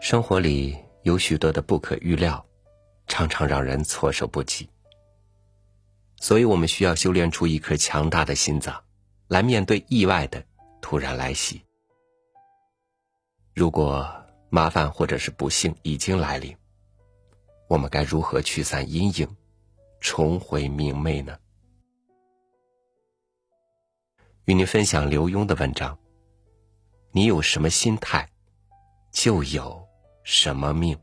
生活里有许多的不可预料，常常让人措手不及。所以我们需要修炼出一颗强大的心脏，来面对意外的突然来袭。如果麻烦或者是不幸已经来临，我们该如何驱散阴影，重回明媚呢？与您分享刘墉的文章，你有什么心态，就有什么命。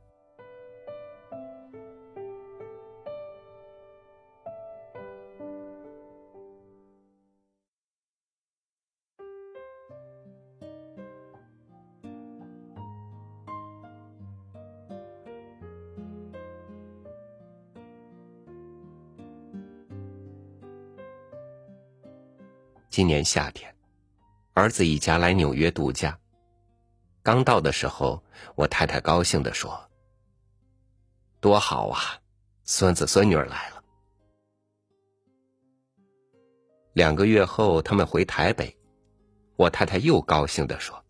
今年夏天，儿子一家来纽约度假。刚到的时候，我太太高兴地说：“多好啊，孙子孙女儿来了。”2个月后，他们回台北，我太太又高兴地说：“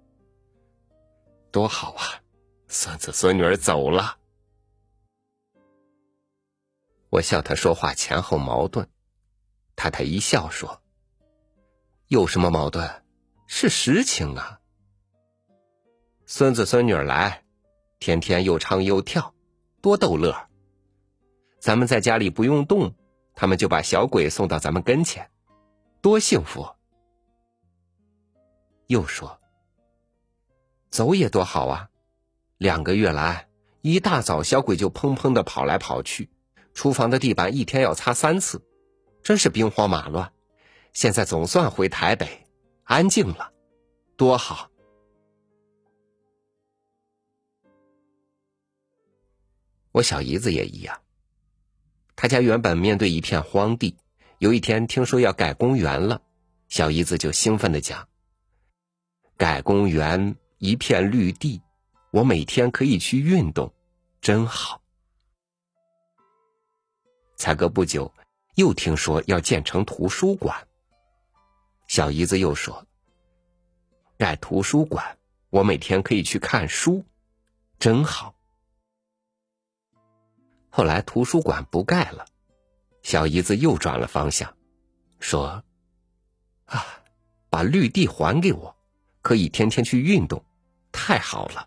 多好啊，孙子孙女儿走了。”我笑他说话前后矛盾，太太一笑说：“有什么矛盾？是实情啊。孙子孙女儿来，天天又唱又跳，多逗乐。咱们在家里不用动，他们就把小鬼送到咱们跟前，多幸福。”又说：“走也多好啊，2个月来，一大早小鬼就砰砰地跑来跑去，厨房的地板一天要擦3次，真是兵荒马乱。现在总算回台北，安静了，多好。”我小姨子也一样，她家原本面对一片荒地，有一天听说要盖公园了，小姨子就兴奋地讲：“盖公园，一片绿地，我每天可以去运动，真好。”才隔不久，又听说要建成图书馆，小姨子又说：“盖图书馆，我每天可以去看书，真好。”后来图书馆不盖了，小姨子又转了方向，说：“啊，把绿地还给我，可以天天去运动，太好了。”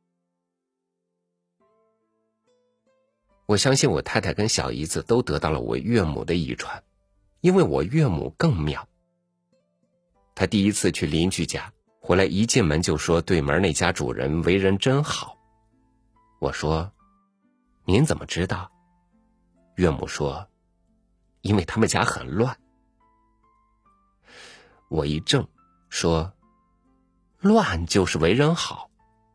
我相信我太太跟小姨子都得到了我岳母的遗传，因为我岳母更妙。她第一次去邻居家，回来一进门就说对门那家主人为人真好。我说：“您怎么知道？”岳母说：“因为他们家很乱。”我一怔，说：“乱就是为人好。”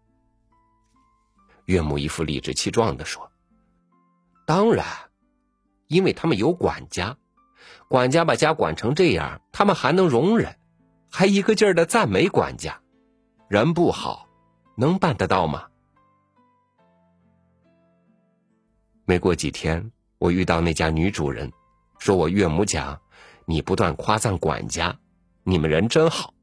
岳母一副理直气壮地说：“当然，因为他们有管家，管家把家管成这样，他们还能容忍，还一个劲儿的赞美管家。人不好，能办得到吗？”没过几天，我遇到那家女主人，说我岳母讲：“你不断夸赞管家，你们人真好。”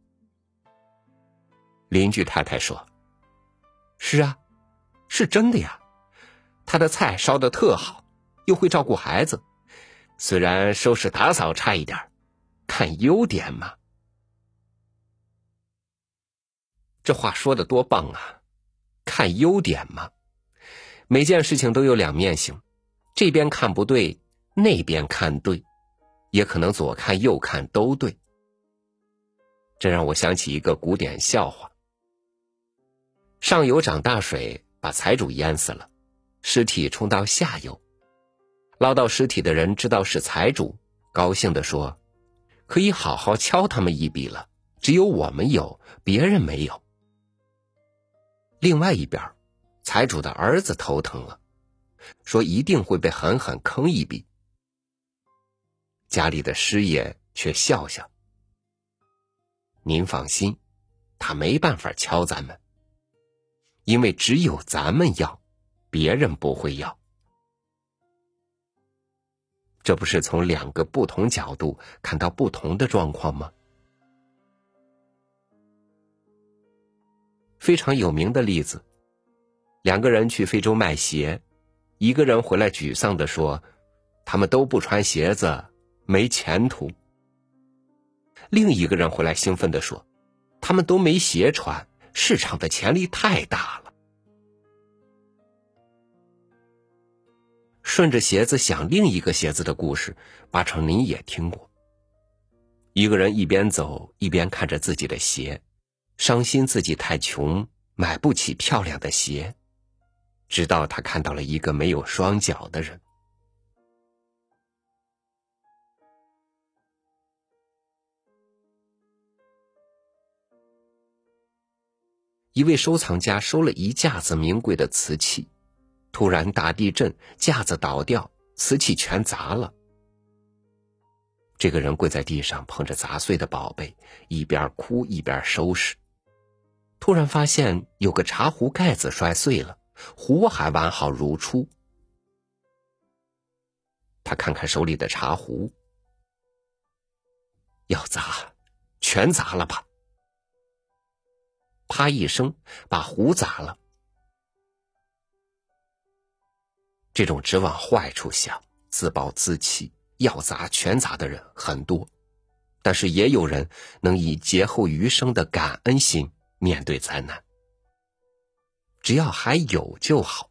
邻居太太说：“是啊，是真的呀，他的菜烧得特好，又会照顾孩子，虽然收拾打扫差一点，看优点嘛。”这话说得多棒啊，看优点嘛。每件事情都有两面性，这边看不对，那边看对，也可能左看右看都对。这让我想起一个古典笑话。上游涨大水，把财主淹死了，尸体冲到下游，捞到尸体的人知道是财主，高兴地说：“可以好好敲他们一笔了，只有我们有，别人没有。”另外一边，财主的儿子头疼了，说一定会被狠狠坑一笔。家里的师爷却笑笑：“您放心，他没办法敲咱们，因为只有咱们要，别人不会要。”这不是从2个不同角度看到不同的状况吗？非常有名的例子， 2个人去非洲卖鞋，一个人回来沮丧地说，他们都不穿鞋子，没前途。另一个人回来兴奋地说，他们都没鞋穿，市场的潜力太大了。顺着鞋子想另一个鞋子的故事，八成您也听过。一个人一边走一边看着自己的鞋，伤心自己太穷，买不起漂亮的鞋，直到他看到了一个没有双脚的人。一位收藏家收了一架子名贵的瓷器，突然大地震，架子倒掉，瓷器全砸了。这个人跪在地上捧着砸碎的宝贝，一边哭一边收拾。突然发现有个茶壶盖子摔碎了，壶还完好如初。他看看手里的茶壶，要砸，全砸了吧。啪一声，把壶砸了。这种只往坏处想，自暴自弃，要砸全砸的人很多，但是也有人能以劫后余生的感恩心面对灾难。只要还有就好。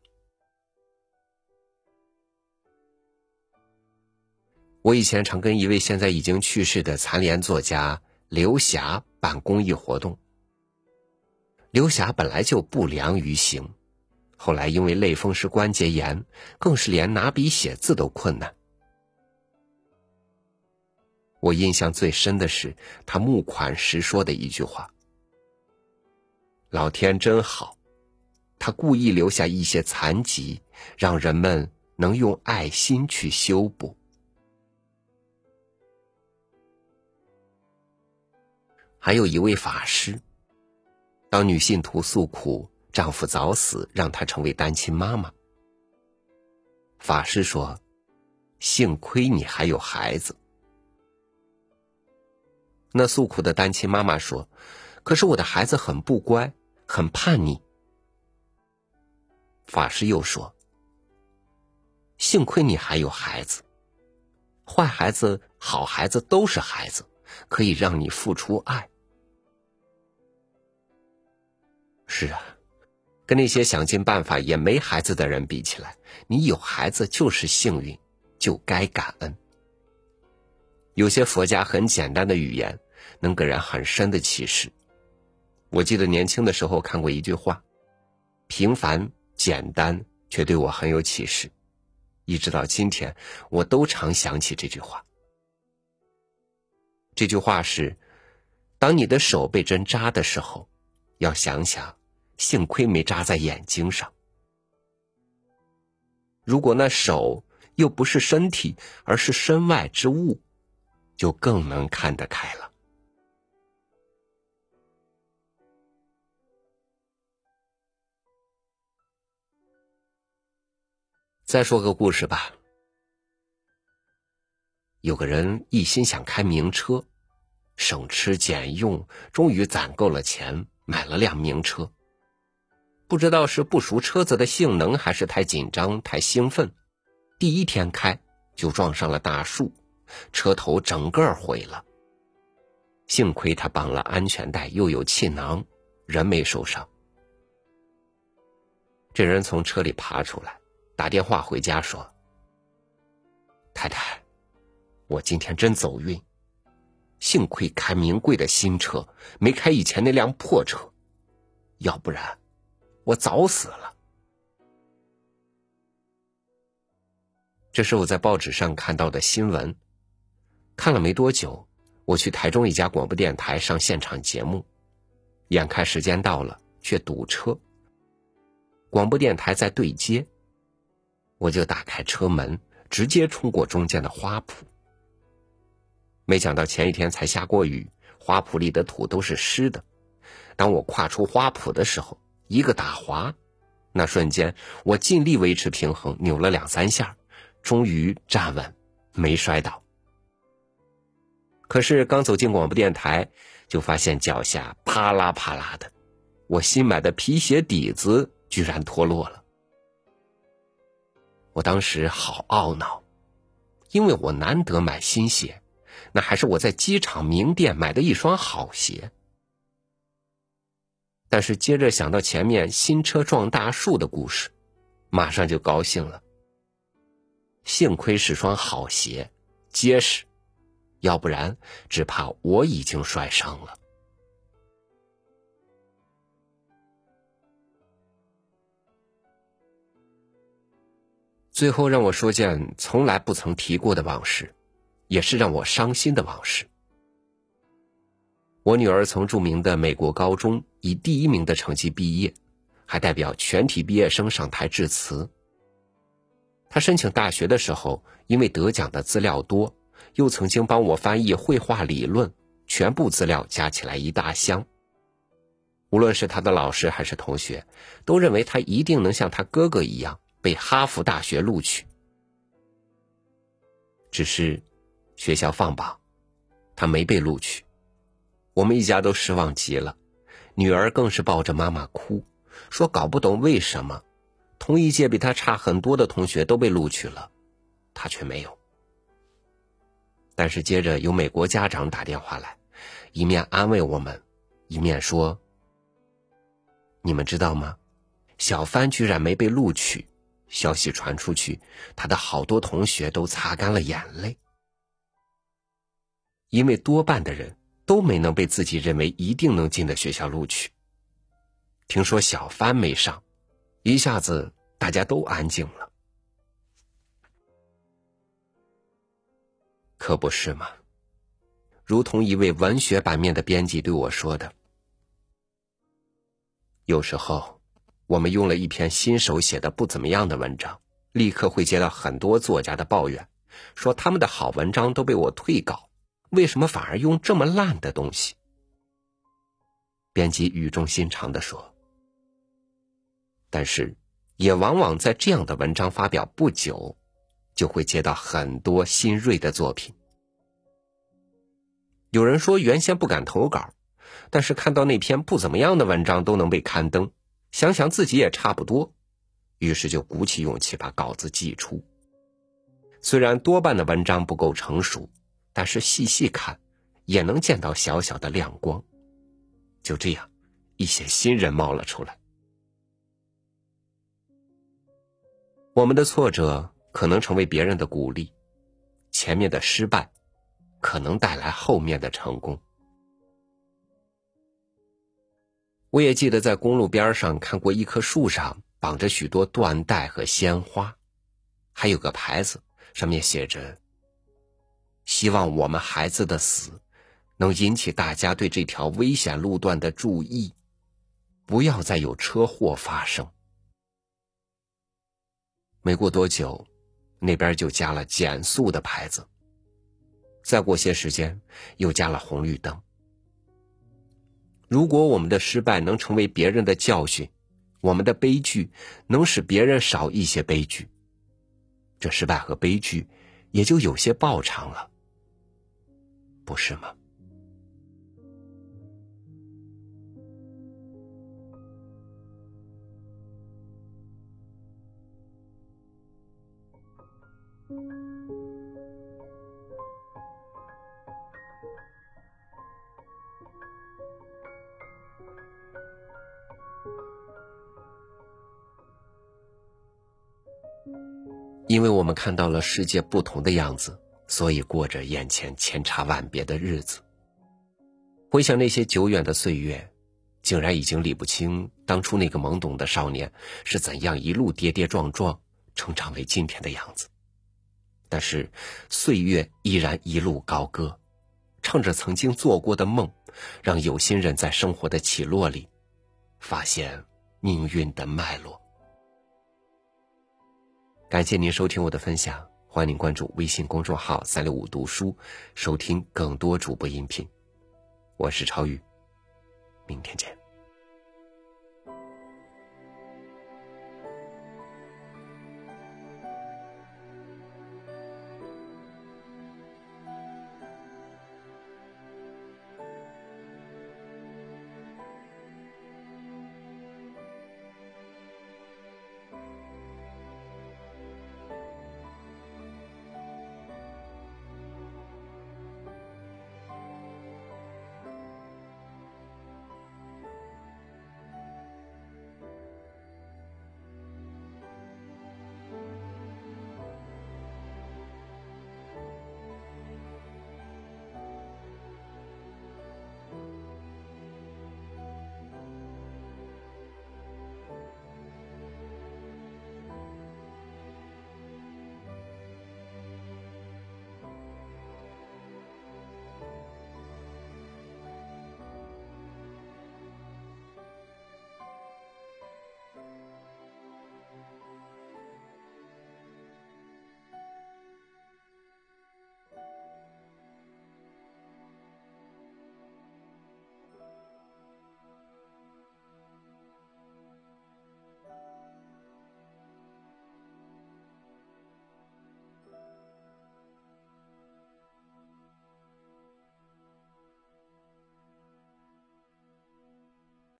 我以前常跟一位现在已经去世的残联作家刘霞办公益活动。刘霞本来就不良于行，后来因为类风湿关节炎，更是连拿笔写字都困难。我印象最深的是他募款时说的一句话：老天真好，他故意留下一些残疾，让人们能用爱心去修补。还有一位法师，当女信徒诉苦丈夫早死，让她成为单亲妈妈，法师说，幸亏你还有孩子。那诉苦的单亲妈妈说，可是我的孩子很不乖，很叛逆。法师又说，幸亏你还有孩子，坏孩子好孩子都是孩子，可以让你付出爱。是啊，跟那些想尽办法也没孩子的人比起来，你有孩子就是幸运，就该感恩。有些佛家很简单的语言能给人很深的启示。我记得年轻的时候看过一句话，平凡简单却对我很有启示，一直到今天我都常想起这句话。这句话是，当你的手被针扎的时候，要想想幸亏没扎在眼睛上。如果那手又不是身体，而是身外之物，就更能看得开了。再说个故事吧。有个人一心想开名车，省吃俭用，终于攒够了钱，买了辆名车。不知道是不熟车子的性能，还是太紧张太兴奋，第一天开就撞上了大树，车头整个毁了。幸亏他绑了安全带，又有气囊，人没受伤。这人从车里爬出来，打电话回家说，太太，我今天真走运，幸亏开名贵的新车，没开以前那辆破车，要不然我早死了。这是我在报纸上看到的新闻，看了没多久，我去台中一家广播电台上现场节目，眼看时间到了，却堵车。广播电台在对接，我就打开车门，直接冲过中间的花圃。没想到前一天才下过雨，花圃里的土都是湿的。当我跨出花圃的时候，一个打滑，那瞬间我尽力维持平衡，扭了2-3下，终于站稳，没摔倒。可是刚走进广播电台，就发现脚下啪啦啪啦的，我新买的皮鞋底子居然脱落了。我当时好懊恼，因为我难得买新鞋，那还是我在机场名店买的一双好鞋。但是接着想到前面新车撞大树的故事，马上就高兴了。幸亏是双好鞋，结实，要不然只怕我已经摔伤了。最后让我说件从来不曾提过的往事，也是让我伤心的往事。我女儿从著名的美国高中以第1名的成绩毕业，还代表全体毕业生上台致辞。她申请大学的时候，因为得奖的资料多，又曾经帮我翻译绘画理论，全部资料加起来一大箱。无论是她的老师还是同学，都认为她一定能像她哥哥一样被哈佛大学录取。只是学校放榜，她没被录取。我们一家都失望极了，女儿更是抱着妈妈哭，说搞不懂为什么同一届比她差很多的同学都被录取了，她却没有。但是接着有美国家长打电话来，一面安慰我们，一面说，你们知道吗？小帆居然没被录取，消息传出去，他的好多同学都擦干了眼泪。因为多半的人都没能被自己认为一定能进的学校录取。听说小帆没上，一下子大家都安静了。可不是吗？如同一位文学版面的编辑对我说的，有时候我们用了一篇新手写的不怎么样的文章，立刻会接到很多作家的抱怨，说他们的好文章都被我退稿，为什么反而用这么烂的东西？编辑语重心长地说，但是也往往在这样的文章发表不久，就会接到很多新锐的作品。有人说原先不敢投稿，但是看到那篇不怎么样的文章都能被刊登，想想自己也差不多，于是就鼓起勇气把稿子寄出。虽然多半的文章不够成熟，但是细细看也能见到小小的亮光。就这样，一些新人冒了出来。我们的挫折可能成为别人的鼓励，前面的失败可能带来后面的成功。我也记得在公路边上看过一棵树上绑着许多缎带和鲜花，还有个牌子，上面写着，希望我们孩子的死能引起大家对这条危险路段的注意，不要再有车祸发生。没过多久，那边就加了减速的牌子，再过些时间又加了红绿灯。如果我们的失败能成为别人的教训，我们的悲剧能使别人少一些悲剧，这失败和悲剧也就有些报偿了，不是吗？因为我们看到了世界不同的样子，所以过着眼前千差万别的日子。回想那些久远的岁月，竟然已经理不清当初那个懵懂的少年是怎样一路跌跌撞撞成长为今天的样子。但是岁月依然一路高歌，唱着曾经做过的梦，让有心人在生活的起落里发现命运的脉络。感谢您收听我的分享，欢迎您关注微信公众号365读书，收听更多主播音频。我是超宇，明天见。